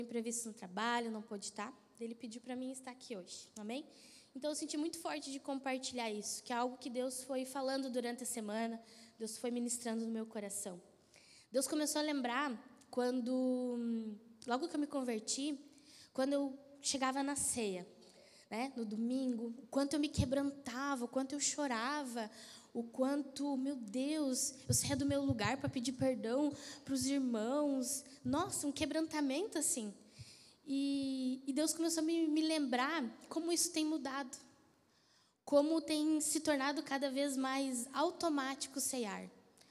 Imprevisto no trabalho, não pôde estar. Ele pediu para mim estar aqui hoje, amém? Então eu senti muito forte de compartilhar isso, que é algo que Deus foi falando durante a semana, Deus foi ministrando no meu coração. Deus começou a lembrar logo que eu me converti, quando eu chegava na ceia, né, no domingo, o quanto eu me quebrantava, o quanto eu chorava, o quanto, meu Deus, eu saía do meu lugar para pedir perdão para os irmãos. Nossa, um quebrantamento assim. E Deus começou a me lembrar como isso tem mudado. Como tem se tornado cada vez mais automático ceiar.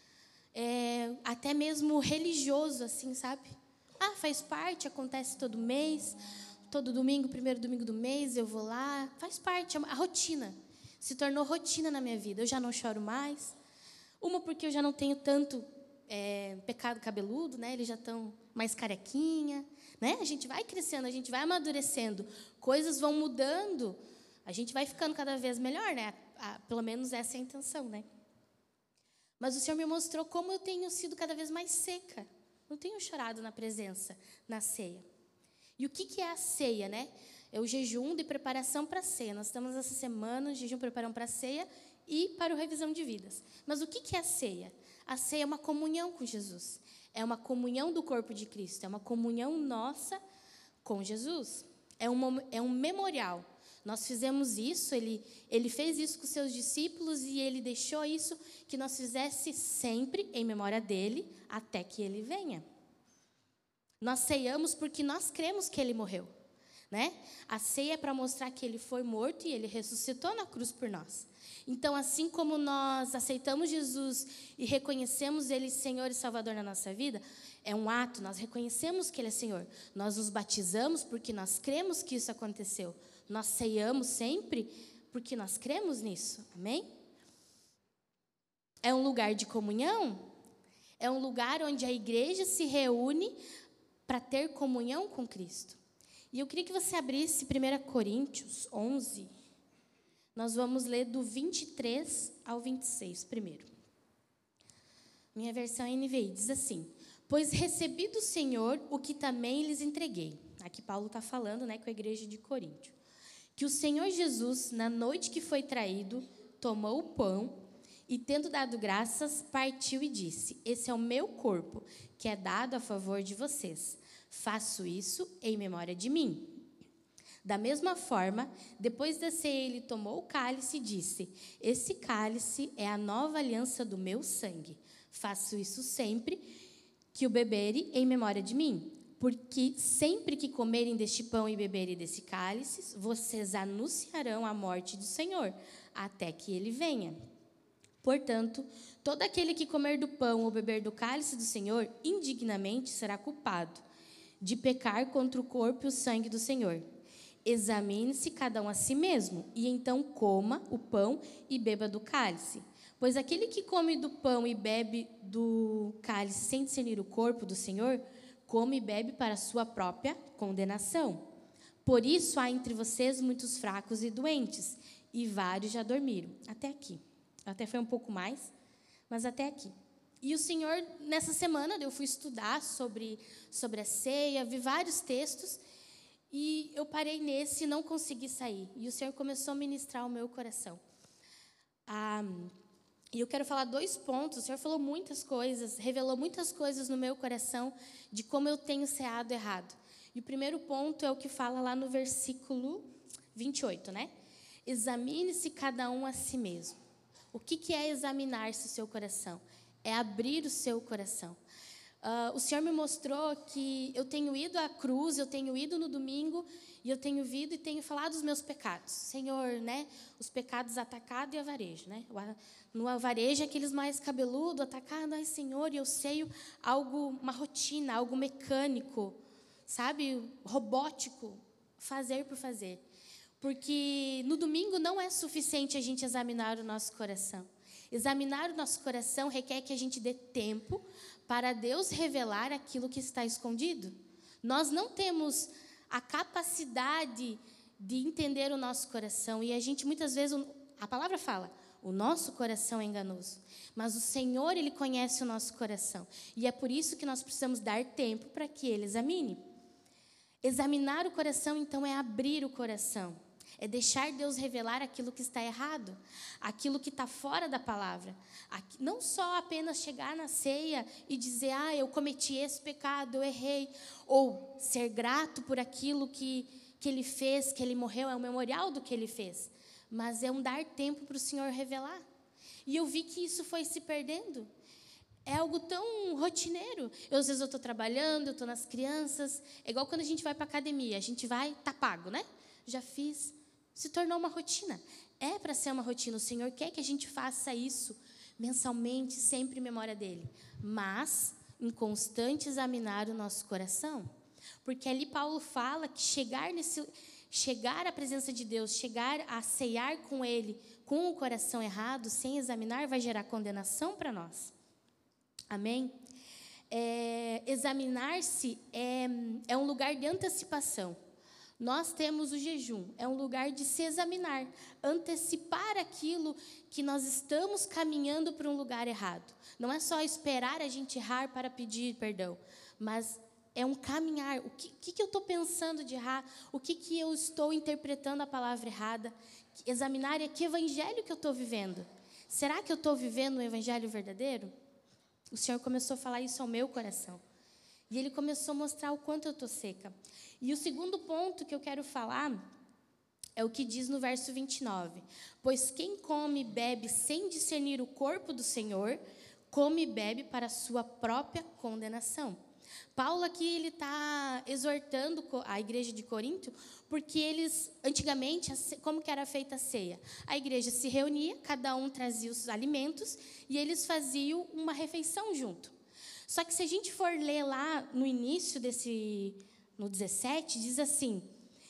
Até mesmo religioso, assim, sabe? Faz parte, acontece todo mês, todo domingo, primeiro domingo do mês, eu vou lá. Faz parte, a rotina. Se tornou rotina na minha vida. Eu já não choro mais. Porque eu já não tenho tanto pecado cabeludo, né? Eles já estão mais carequinha, né? A gente vai crescendo, a gente vai amadurecendo. Coisas vão mudando. A gente vai ficando cada vez melhor, né? Pelo menos essa é a intenção, né? Mas o Senhor me mostrou como eu tenho sido cada vez mais seca. Não tenho chorado na presença, na ceia. E o que é a ceia, né? É o jejum de preparação para a ceia. Nós estamos essa semana, jejum preparação para a ceia e para o revisão de vidas. Mas o que é a ceia? A ceia é uma comunhão com Jesus. É uma comunhão do corpo de Cristo. É uma comunhão nossa com Jesus. É um memorial. Nós fizemos isso, ele fez isso com seus discípulos e ele deixou isso que nós fizesse sempre em memória dele até que ele venha. Nós ceiamos porque nós cremos que ele morreu, né? A ceia é para mostrar que ele foi morto e ele ressuscitou na cruz por nós. Então, assim como nós aceitamos Jesus e reconhecemos ele Senhor e Salvador na nossa vida, é um ato, nós reconhecemos que ele é Senhor. Nós nos batizamos porque nós cremos que isso aconteceu. Nós ceiamos sempre porque nós cremos nisso, amém? É um lugar de comunhão, é um lugar onde a igreja se reúne para ter comunhão com Cristo. E eu queria que você abrisse 1 Coríntios 11. Nós vamos ler do 23 ao 26 primeiro. Minha versão NVI diz assim: pois recebi do Senhor o que também lhes entreguei. Aqui Paulo está falando, né, com a igreja de Coríntio. Que o Senhor Jesus, na noite que foi traído, tomou o pão e, tendo dado graças, partiu e disse: esse é o meu corpo, que é dado a favor de vocês. Faço isso em memória de mim. Da mesma forma, depois da ceia, ele tomou o cálice e disse: esse cálice é a nova aliança do meu sangue. Faço isso sempre que o beberem em memória de mim. Porque sempre que comerem deste pão e beberem desse cálice, vocês anunciarão a morte do Senhor, até que ele venha. Portanto, todo aquele que comer do pão ou beber do cálice do Senhor, indignamente será culpado de pecar contra o corpo e o sangue do Senhor. Examine-se cada um a si mesmo, e então coma o pão e beba do cálice. Pois aquele que come do pão e bebe do cálice sem discernir o corpo do Senhor, come e bebe para a sua própria condenação. Por isso há entre vocês muitos fracos e doentes, e vários já dormiram. Até aqui. Até foi um pouco mais, mas até aqui. E o Senhor, nessa semana, eu fui estudar sobre a ceia, vi vários textos, e eu parei nesse e não consegui sair. E o Senhor começou a ministrar o meu coração. E eu quero falar 2 pontos. O Senhor falou muitas coisas, revelou muitas coisas no meu coração de como eu tenho ceado errado. E o primeiro ponto é o que fala lá no versículo 28, né? Examine-se cada um a si mesmo. O que é examinar-se o seu coração? É abrir o seu coração. O Senhor me mostrou que eu tenho ido à cruz, eu tenho ido no domingo, e eu tenho vindo e tenho falado dos meus pecados. Senhor, né? Os pecados atacado e avarejo, né? No avarejo, aqueles mais cabeludo, atacado, ai Senhor, e eu sei uma rotina, algo mecânico, sabe? Robótico, fazer por fazer. Porque no domingo não é suficiente a gente examinar o nosso coração. Examinar o nosso coração requer que a gente dê tempo para Deus revelar aquilo que está escondido. Nós não temos a capacidade de entender o nosso coração. E a gente, muitas vezes, a palavra fala, o nosso coração é enganoso. Mas o Senhor, Ele conhece o nosso coração. E é por isso que nós precisamos dar tempo para que Ele examine. Examinar o coração, então, é abrir o coração. É deixar Deus revelar aquilo que está errado, aquilo que está fora da palavra. Não só apenas chegar na ceia e dizer, eu cometi esse pecado, eu errei. Ou ser grato por aquilo que Ele fez, que Ele morreu, é um memorial do que Ele fez. Mas é um dar tempo para o Senhor revelar. E eu vi que isso foi se perdendo. É algo tão rotineiro. Às vezes eu estou trabalhando, eu estou nas crianças. É igual quando a gente vai para a academia. A gente vai, está pago, né? Já fiz. Se tornou uma rotina. É para ser uma rotina. O Senhor quer que a gente faça isso mensalmente, sempre em memória dEle. Mas, em constante examinar o nosso coração. Porque ali Paulo fala que chegar à presença de Deus, chegar a ceiar com Ele, com o coração errado, sem examinar, vai gerar condenação para nós. Amém? Examinar-se é um lugar de antecipação. Nós temos o jejum, é um lugar de se examinar, antecipar aquilo que nós estamos caminhando para um lugar errado. Não é só esperar a gente errar para pedir perdão, mas é um caminhar. O que eu estou pensando de errar? O que eu estou interpretando a palavra errada? Examinar é que evangelho que eu estou vivendo. Será que eu estou vivendo um evangelho verdadeiro? O Senhor começou a falar isso ao meu coração. E Ele começou a mostrar o quanto eu estou seca. E o segundo ponto que eu quero falar é o que diz no verso 29. Pois quem come e bebe sem discernir o corpo do Senhor, come e bebe para a sua própria condenação. Paulo aqui ele está exortando a igreja de Corinto, porque eles, antigamente, como que era feita a ceia? A igreja se reunia, cada um trazia os alimentos, e eles faziam uma refeição junto. Só que se a gente for ler lá no início no 17, diz assim,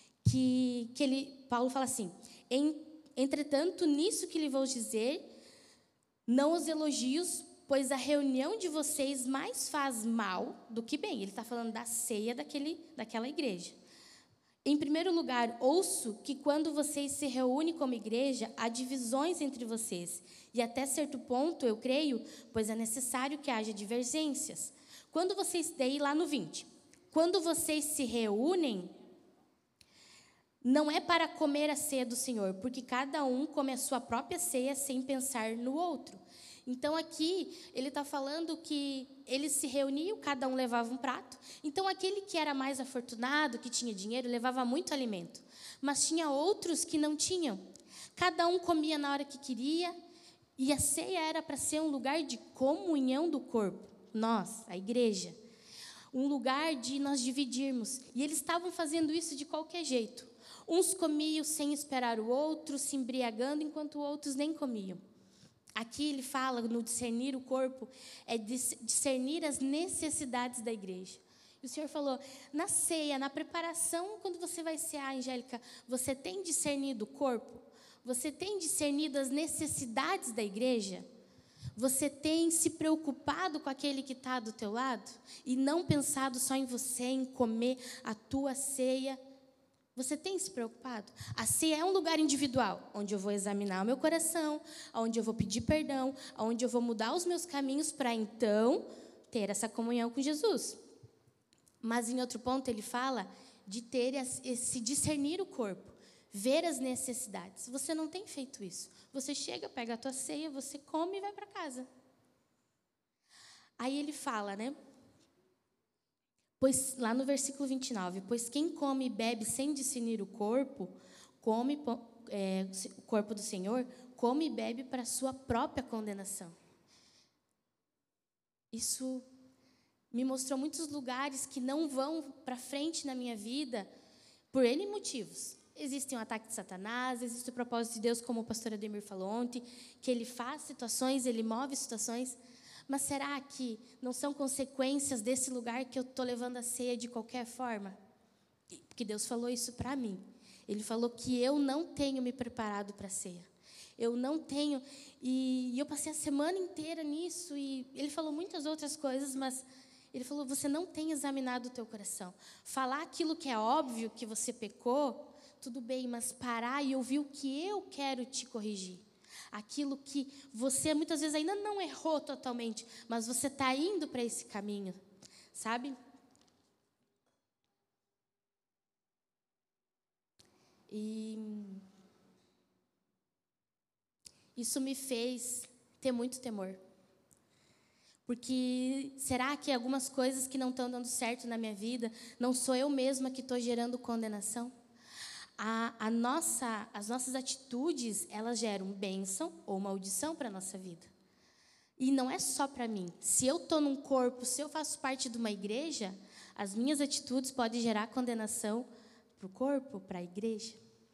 Paulo fala assim, entretanto, nisso que lhe vou dizer, não os elogios, pois a reunião de vocês mais faz mal do que bem. Ele está falando da ceia daquela igreja. Em primeiro lugar, ouço que quando vocês se reúnem como igreja, há divisões entre vocês. E até certo ponto, eu creio, pois é necessário que haja divergências. Quando vocês, daí lá no 20, quando vocês se reúnem, não é para comer a ceia do Senhor, porque cada um come a sua própria ceia sem pensar no outro. Então, aqui, ele está falando que eles se reuniam, cada um levava um prato. Então, aquele que era mais afortunado, que tinha dinheiro, levava muito alimento. Mas tinha outros que não tinham. Cada um comia na hora que queria. E a ceia era para ser um lugar de comunhão do corpo. Nós, a igreja. Um lugar de nós dividirmos. E eles estavam fazendo isso de qualquer jeito. Uns comiam sem esperar o outro, se embriagando, enquanto outros nem comiam. Aqui ele fala, no discernir o corpo, é discernir as necessidades da igreja. E o Senhor falou, na ceia, na preparação, quando você vai cear, Angélica, você tem discernido o corpo? Você tem discernido as necessidades da igreja? Você tem se preocupado com aquele que está do teu lado? E não pensado só em você, em comer a tua ceia? Você tem se preocupado? A ceia é um lugar individual, onde eu vou examinar o meu coração, onde eu vou pedir perdão, onde eu vou mudar os meus caminhos para, então, ter essa comunhão com Jesus. Mas, em outro ponto, ele fala de ter esse discernir o corpo, ver as necessidades. Você não tem feito isso. Você chega, pega a tua ceia, você come e vai para casa. Aí ele fala, né? Pois, lá no versículo 29, pois quem come e bebe sem discernir o corpo, o corpo do Senhor, come e bebe para a sua própria condenação. Isso me mostrou muitos lugares que não vão para frente na minha vida por N motivos. Existe um ataque de Satanás, existe o propósito de Deus, como o pastor Ademir falou ontem, que ele faz situações, ele move situações. Mas será que não são consequências desse lugar que eu estou levando a ceia de qualquer forma? Porque Deus falou isso para mim. Ele falou que eu não tenho me preparado para a ceia. Eu não tenho. E eu passei a semana inteira nisso. E ele falou muitas outras coisas, mas ele falou, você não tem examinado o teu coração. Falar aquilo que é óbvio que você pecou, tudo bem, mas parar e ouvir o que eu quero te corrigir. Aquilo que você muitas vezes ainda não errou totalmente, mas você está indo para esse caminho, sabe? E isso me fez ter muito temor. Porque será que algumas coisas que não estão dando certo na minha vida, não sou eu mesma que estou gerando condenação? As nossas atitudes, elas geram bênção ou maldição para a nossa vida. E não é só para mim. Se eu estou num corpo, se eu faço parte de uma igreja, as minhas atitudes podem gerar condenação para o corpo, para a igreja.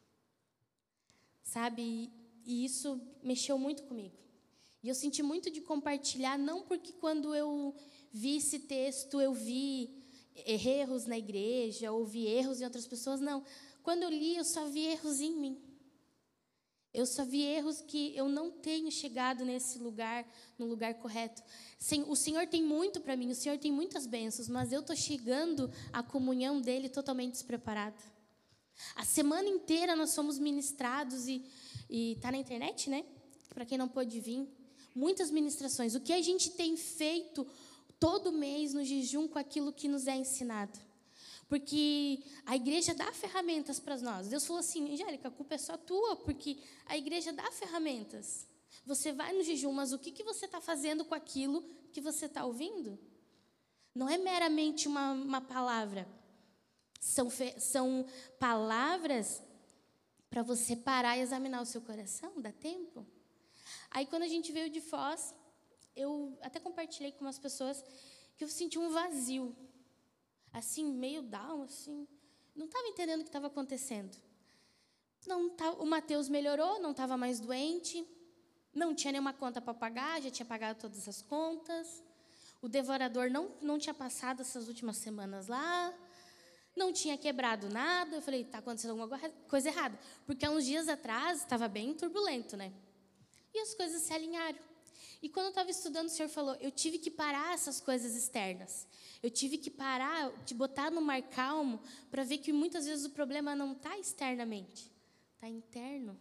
Sabe? E isso mexeu muito comigo. E eu senti muito de compartilhar, não porque quando eu vi esse texto, eu vi erros na igreja, ou vi erros em outras pessoas, não. Quando eu li, eu só vi erros em mim. Eu só vi erros que eu não tenho chegado nesse lugar, no lugar correto. O Senhor tem muito para mim, o Senhor tem muitas bênçãos, mas eu estou chegando à comunhão dEle totalmente despreparada. A semana inteira nós somos ministrados e está na internet, né? Para quem não pôde vir, muitas ministrações. O que a gente tem feito todo mês no jejum com aquilo que nos é ensinado? Porque a igreja dá ferramentas para nós. Deus falou assim, Angélica, a culpa é só tua, porque a igreja dá ferramentas. Você vai no jejum, mas o que você está fazendo com aquilo que você está ouvindo? Não é meramente uma palavra. São palavras para você parar e examinar o seu coração, dá tempo. Aí, quando a gente veio de Foz, eu até compartilhei com umas pessoas que eu senti um vazio. Assim, meio down, assim. Não estava entendendo o que estava acontecendo. O Mateus melhorou, não estava mais doente. Não tinha nenhuma conta para pagar, já tinha pagado todas as contas. O devorador não tinha passado essas últimas semanas lá. Não tinha quebrado nada. Eu falei, está acontecendo alguma coisa errada. Porque há uns dias atrás estava bem turbulento, né? E as coisas se alinharam. E quando eu estava estudando, o Senhor falou, eu tive que parar essas coisas externas. Eu tive que parar, te botar no mar calmo, para ver que muitas vezes o problema não está externamente, está interno.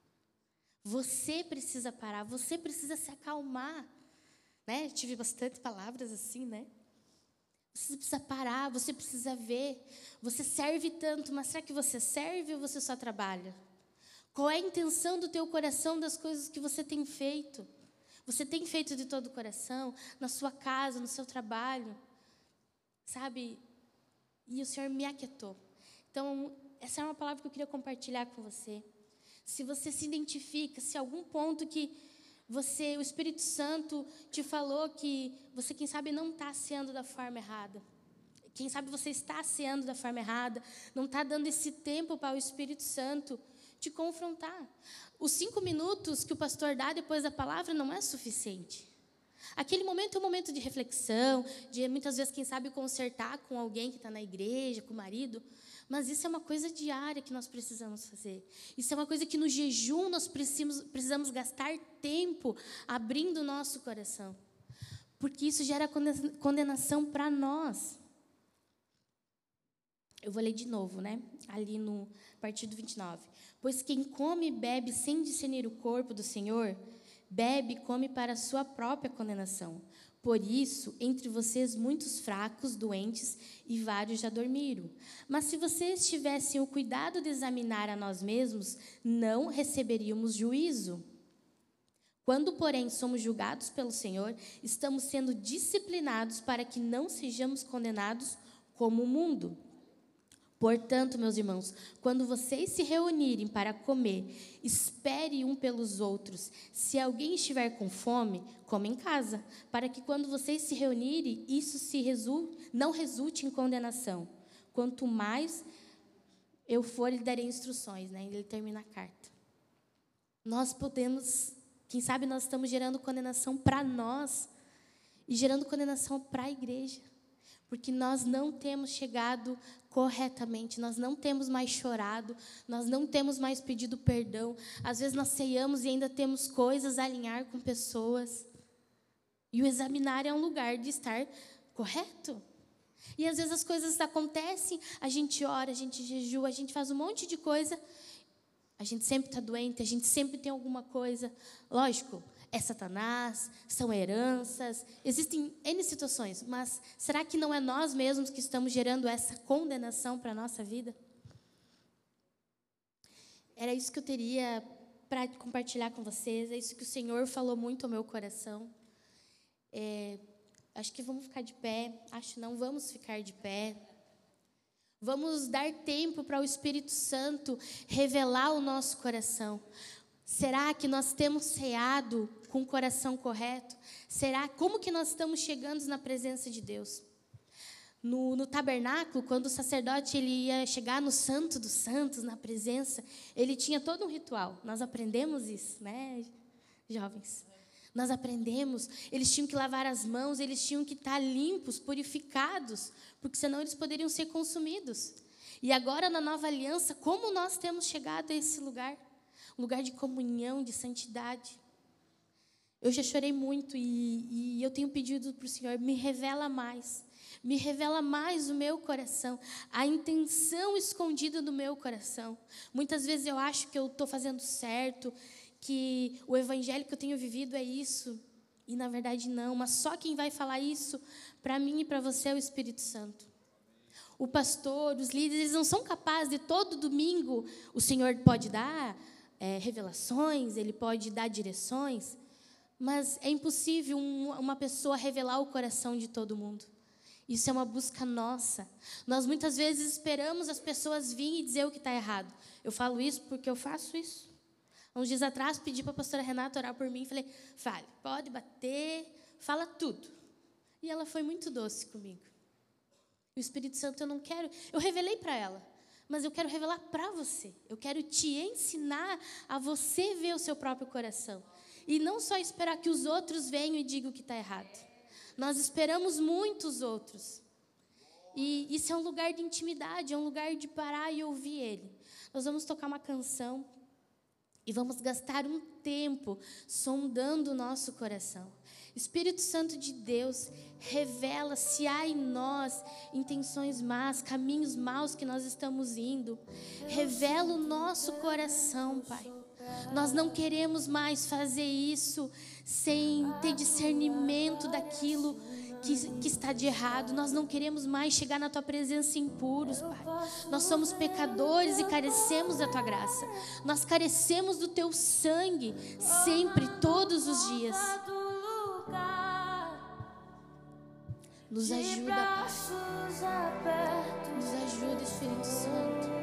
Você precisa parar, você precisa se acalmar. Né? Eu tive bastante palavras assim, né? Você precisa parar, você precisa ver. Você serve tanto, mas será que você serve ou você só trabalha? Qual é a intenção do teu coração das coisas que você tem feito? Você tem feito de todo o coração, na sua casa, no seu trabalho, sabe? E o Senhor me aquietou. Então, essa é uma palavra que eu queria compartilhar com você. Se você se identifica, se algum ponto que o Espírito Santo te falou que você, quem sabe, não está ceando da forma errada. Quem sabe você está ceando da forma errada, não está dando esse tempo para o Espírito Santo te confrontar. Os 5 minutos que o pastor dá depois da palavra não é suficiente. Aquele momento é um momento de reflexão, de muitas vezes, quem sabe, consertar com alguém que está na igreja, com o marido, mas isso é uma coisa diária que nós precisamos fazer. Isso é uma coisa que no jejum nós precisamos gastar tempo abrindo o nosso coração, porque isso gera condenação para nós. Eu vou ler de novo, né? Ali no partir do 29. Pois quem come e bebe sem discernir o corpo do Senhor, bebe e come para a sua própria condenação. Por isso, entre vocês muitos fracos, doentes e vários já dormiram. Mas se vocês tivessem o cuidado de examinar a nós mesmos, não receberíamos juízo. Quando, porém, somos julgados pelo Senhor, estamos sendo disciplinados para que não sejamos condenados como o mundo. Portanto, meus irmãos, quando vocês se reunirem para comer, espere um pelos outros. Se alguém estiver com fome, coma em casa, para que quando vocês se reunirem, isso não resulte em condenação. Quanto mais eu for, lhe darei instruções. Né? Ele termina a carta. Nós podemos, quem sabe nós estamos gerando condenação para nós e gerando condenação para a igreja. Porque nós não temos chegado corretamente, nós não temos mais chorado, nós não temos mais pedido perdão. Às vezes nós ceiamos e ainda temos coisas a alinhar com pessoas. E o examinar é um lugar de estar correto. E às vezes as coisas acontecem, a gente ora, a gente jejua, a gente faz um monte de coisa. A gente sempre está doente, a gente sempre tem alguma coisa. Lógico, é Satanás, são heranças, existem N situações, mas será que não é nós mesmos que estamos gerando essa condenação para a nossa vida? era isso que eu teria para compartilhar com vocês. É isso que o Senhor falou muito ao meu coração. Acho que vamos ficar de pé. Acho não, vamos ficar de pé. Vamos dar tempo para o Espírito Santo revelar o nosso coração. Será que nós temos ceado com o coração correto? Como que nós estamos chegando na presença de Deus? No tabernáculo, quando o sacerdote ele ia chegar no Santo dos Santos, na presença, ele tinha todo um ritual. Nós aprendemos isso, né, jovens? Nós aprendemos. Eles tinham que lavar as mãos, eles tinham que estar limpos, purificados, porque senão eles poderiam ser consumidos. E agora, na nova aliança, como nós temos chegado a esse lugar? Um lugar de comunhão, de santidade. Eu já chorei muito e eu tenho pedido para o Senhor, me revela mais o meu coração, a intenção escondida do meu coração. Muitas vezes eu acho que eu estou fazendo certo, que o evangelho que eu tenho vivido é isso, e na verdade não, mas só quem vai falar isso para mim e para você é o Espírito Santo. O pastor, os líderes, eles não são capazes de todo domingo, o Senhor pode dar revelações, Ele pode dar direções, mas é impossível uma pessoa revelar o coração de todo mundo. Isso é uma busca nossa. Nós muitas vezes esperamos as pessoas virem e dizer o que está errado. Eu falo isso porque eu faço isso. Há uns dias atrás, pedi para a pastora Renata orar por mim e falei, fale, pode bater, fala tudo. E ela foi muito doce comigo. O Espírito Santo eu revelei para ela, mas eu quero revelar para você. Eu quero te ensinar a você ver o seu próprio coração. E não só esperar que os outros venham e digam o que está errado. Nós esperamos muitos outros. E isso é um lugar de intimidade, é um lugar de parar e ouvir Ele. Nós vamos tocar uma canção e vamos gastar um tempo sondando o nosso coração. Espírito Santo de Deus, revela se há em nós intenções más, caminhos maus que nós estamos indo. Revela o nosso coração, Pai. Nós não queremos mais fazer isso sem ter discernimento daquilo que está de errado. Nós não queremos mais chegar na Tua presença impuros, Pai. Nós somos pecadores e carecemos da Tua graça. Nós carecemos do Teu sangue, sempre, todos os dias. Nos ajuda, Pai. Nos ajuda, Espírito Santo.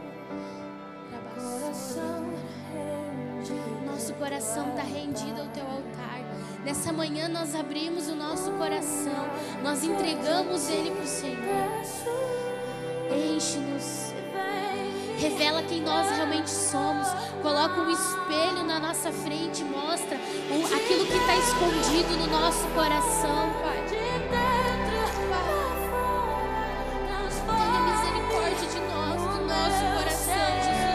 Nosso coração está rendido ao Teu altar. Nessa manhã nós abrimos o nosso coração. Nós entregamos ele para o Senhor. Enche-nos. Revela quem nós realmente somos. Coloca um espelho na nossa frente. Mostra aquilo que está escondido no nosso coração, Pai. Tenha misericórdia de nós, do nosso coração, Jesus.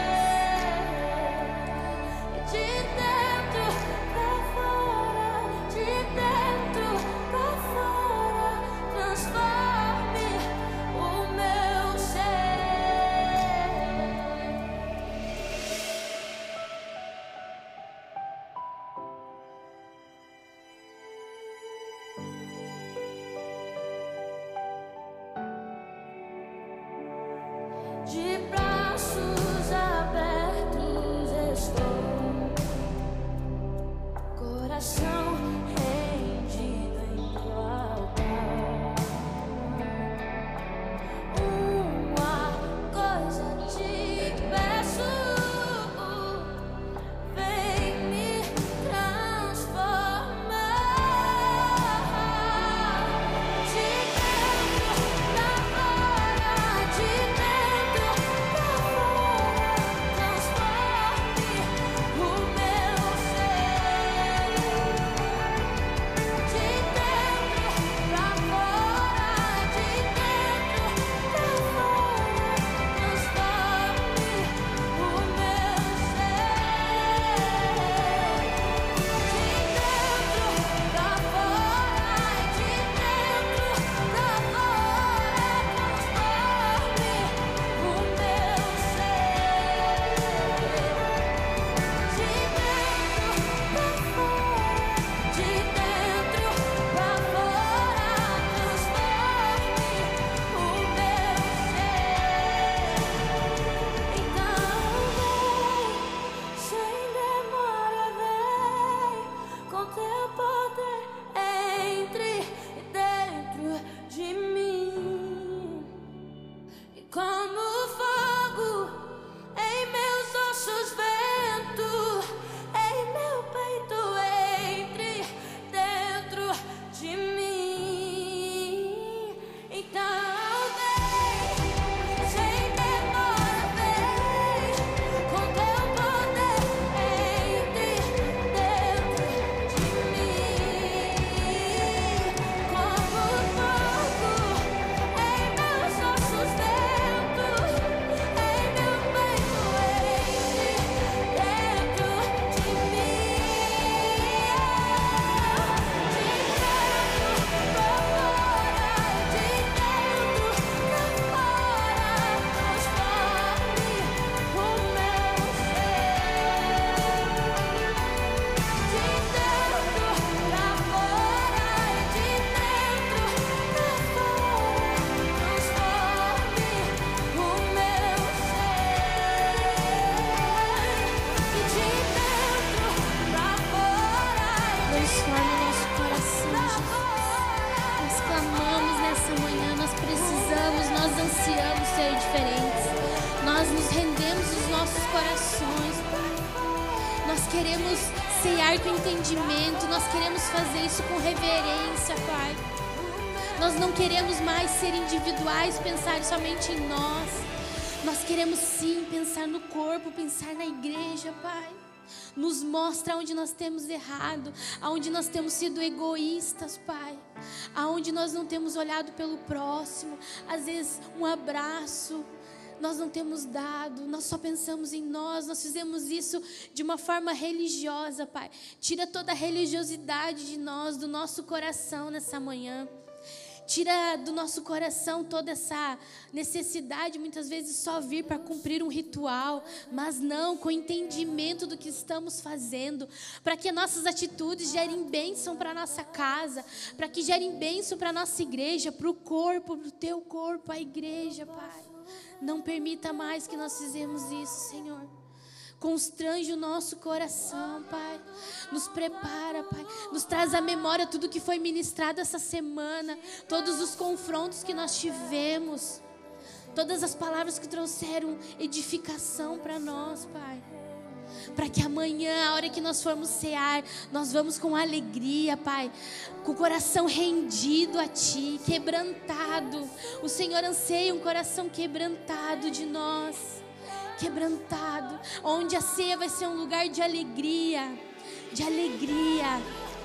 nossos corações, Pai. Nós queremos cear com entendimento, nós queremos fazer isso com reverência, Pai. Nós não queremos mais ser individuais, pensar somente em nós. Nós queremos sim pensar no corpo, pensar na igreja, Pai. Nos mostra onde nós temos errado, aonde nós temos sido egoístas, Pai. Aonde nós não temos olhado pelo próximo, às vezes um abraço nós não temos dado, nós só pensamos em nós fizemos isso de uma forma religiosa, Pai. Tira toda a religiosidade de nós, do nosso coração nessa manhã. Tira do nosso coração toda essa necessidade, muitas vezes só vir para cumprir um ritual, mas não com entendimento do que estamos fazendo, para que nossas atitudes gerem bênção para a nossa casa, para que gerem bênção para a nossa igreja, para o corpo, para o teu corpo, a igreja, Pai. Não permita mais que nós fizemos isso, Senhor. Constrange o nosso coração, Pai. Nos prepara, Pai. Nos traz à memória tudo que foi ministrado essa semana. Todos os confrontos que nós tivemos. Todas as palavras que trouxeram edificação para nós, Pai. Para que amanhã, a hora que nós formos cear, nós vamos com alegria, Pai. Com o coração rendido a Ti, quebrantado. O Senhor anseia um coração quebrantado de nós. Quebrantado, onde a ceia vai ser um lugar de alegria, de alegria.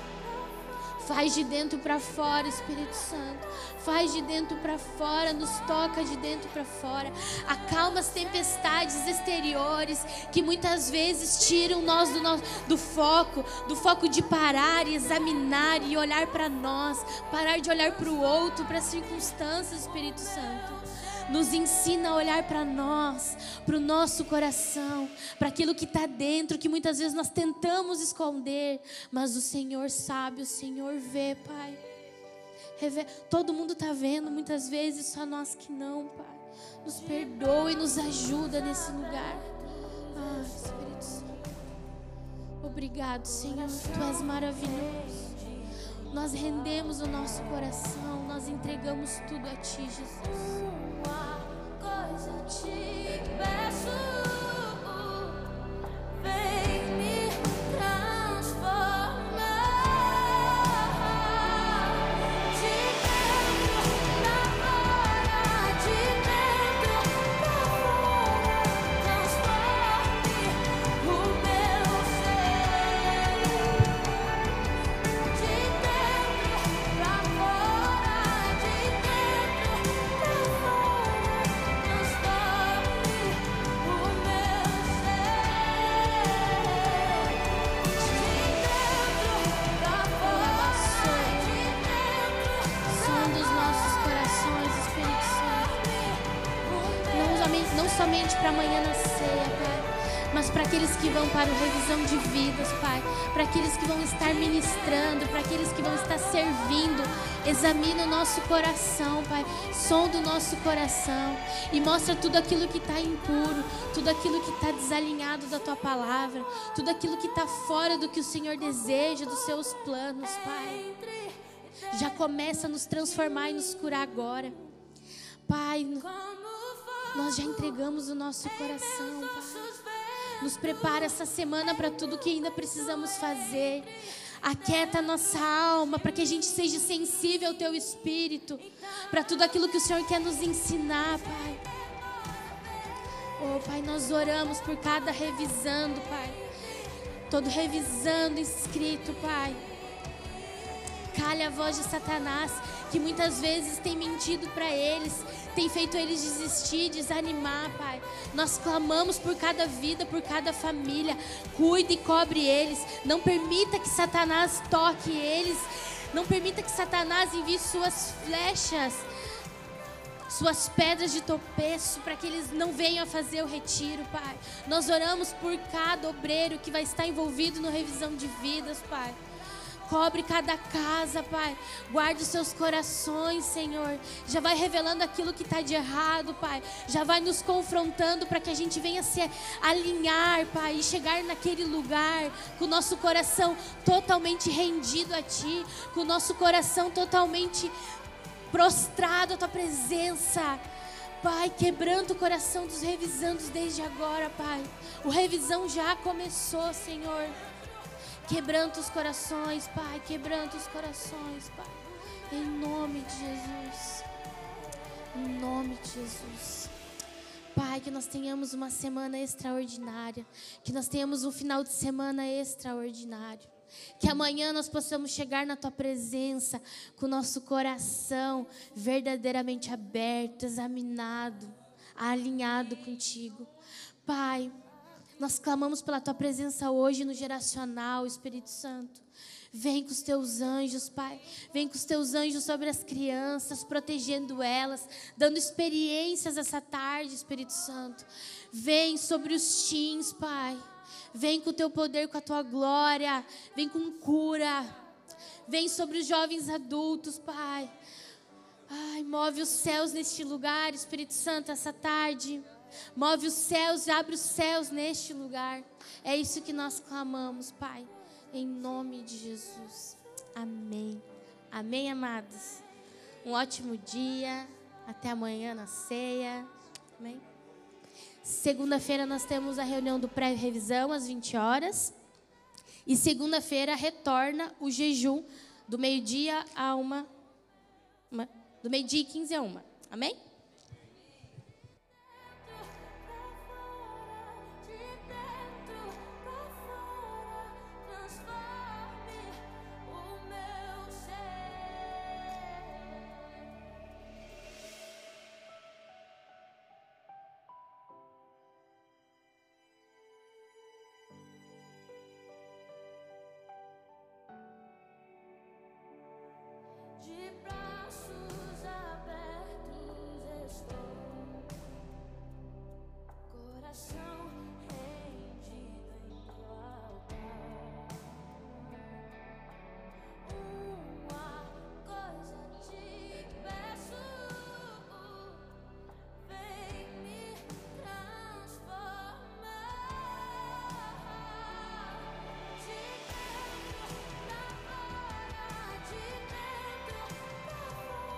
Faz de dentro para fora, Espírito Santo. Faz de dentro para fora, nos toca de dentro para fora. Acalma as tempestades exteriores que muitas vezes tiram nós do foco de parar e examinar e olhar para nós, parar de olhar para o outro, para as circunstâncias, Espírito Santo. Nos ensina a olhar para nós, para o nosso coração, para aquilo que está dentro, que muitas vezes nós tentamos esconder, mas o Senhor sabe, o Senhor vê, Pai. Todo mundo está vendo, muitas vezes só nós que não, Pai. Nos perdoa e nos ajuda nesse lugar. Ah, Espírito Santo. Obrigado, Senhor, Tu és maravilhoso. Nós rendemos o nosso coração, nós entregamos tudo a Ti, Jesus. Uma coisa te peço, vem me transformar. De dentro pra fora, de dentro pra fora, transforme o meu ser. De dentro pra fora, de dentro pra fora, transforme o meu som dos nossos corações, Espírito Santo. Não somente para amanhã na ceia, Pai, mas para aqueles que vão para o revisão de vidas, Pai, para aqueles que vão estar ministrando, para aqueles que vão estar servindo. Examina o nosso coração, Pai, som do nosso coração e mostra tudo aquilo que está impuro, tudo aquilo que está desalinhado da Tua palavra, tudo aquilo que está fora do que o Senhor deseja, dos Seus planos, Pai. Já começa a nos transformar e nos curar agora, Pai. Nós já entregamos o nosso coração, Pai. Nos prepara essa semana para tudo que ainda precisamos fazer. Aquieta a nossa alma para que a gente seja sensível ao Teu Espírito, para tudo aquilo que o Senhor quer nos ensinar, Pai. Oh, Pai, nós oramos por cada revisando, Pai. Todo revisando inscrito, Pai. Calha a voz de Satanás, que muitas vezes tem mentido para eles, tem feito eles desistir, desanimar, Pai. Nós clamamos por cada vida, por cada família. Cuide e cobre eles. Não permita que Satanás toque eles. Não permita que Satanás envie suas flechas, suas pedras de tropeço, para que eles não venham a fazer o retiro, Pai. Nós oramos por cada obreiro que vai estar envolvido no revisão de vidas, Pai. Cobre cada casa, Pai. Guarde os seus corações, Senhor. Já vai revelando aquilo que está de errado, Pai. Já vai nos confrontando para que a gente venha se alinhar, Pai. E chegar naquele lugar com o nosso coração totalmente rendido a Ti. Com o nosso coração totalmente prostrado à Tua presença. Pai, quebranta o coração dos revisandos desde agora, Pai. O revisão já começou, Senhor. Quebranta os corações, Pai. Quebranta os corações, Pai. Em nome de Jesus. Em nome de Jesus. Pai, que nós tenhamos uma semana extraordinária. Que nós tenhamos um final de semana extraordinário. Que amanhã nós possamos chegar na Tua presença com o nosso coração verdadeiramente aberto, examinado, alinhado contigo. Pai, nós clamamos pela Tua presença hoje no Geracional, Espírito Santo. Vem com os Teus anjos, Pai. Vem com os Teus anjos sobre as crianças, protegendo elas, dando experiências essa tarde, Espírito Santo. Vem sobre os teens, Pai. Vem com o Teu poder, com a Tua glória. Vem com cura. Vem sobre os jovens adultos, Pai. Ai, move os céus neste lugar, Espírito Santo, essa tarde. Move os céus, abre os céus neste lugar. É isso que nós clamamos, Pai. Em nome de Jesus. Amém. Amém, amados. Um ótimo dia. Até amanhã na ceia. Amém. Segunda-feira nós temos a reunião do pré-revisão às 20 horas. E segunda-feira retorna o jejum do meio-dia a do meio-dia e 15 a 1. Amém?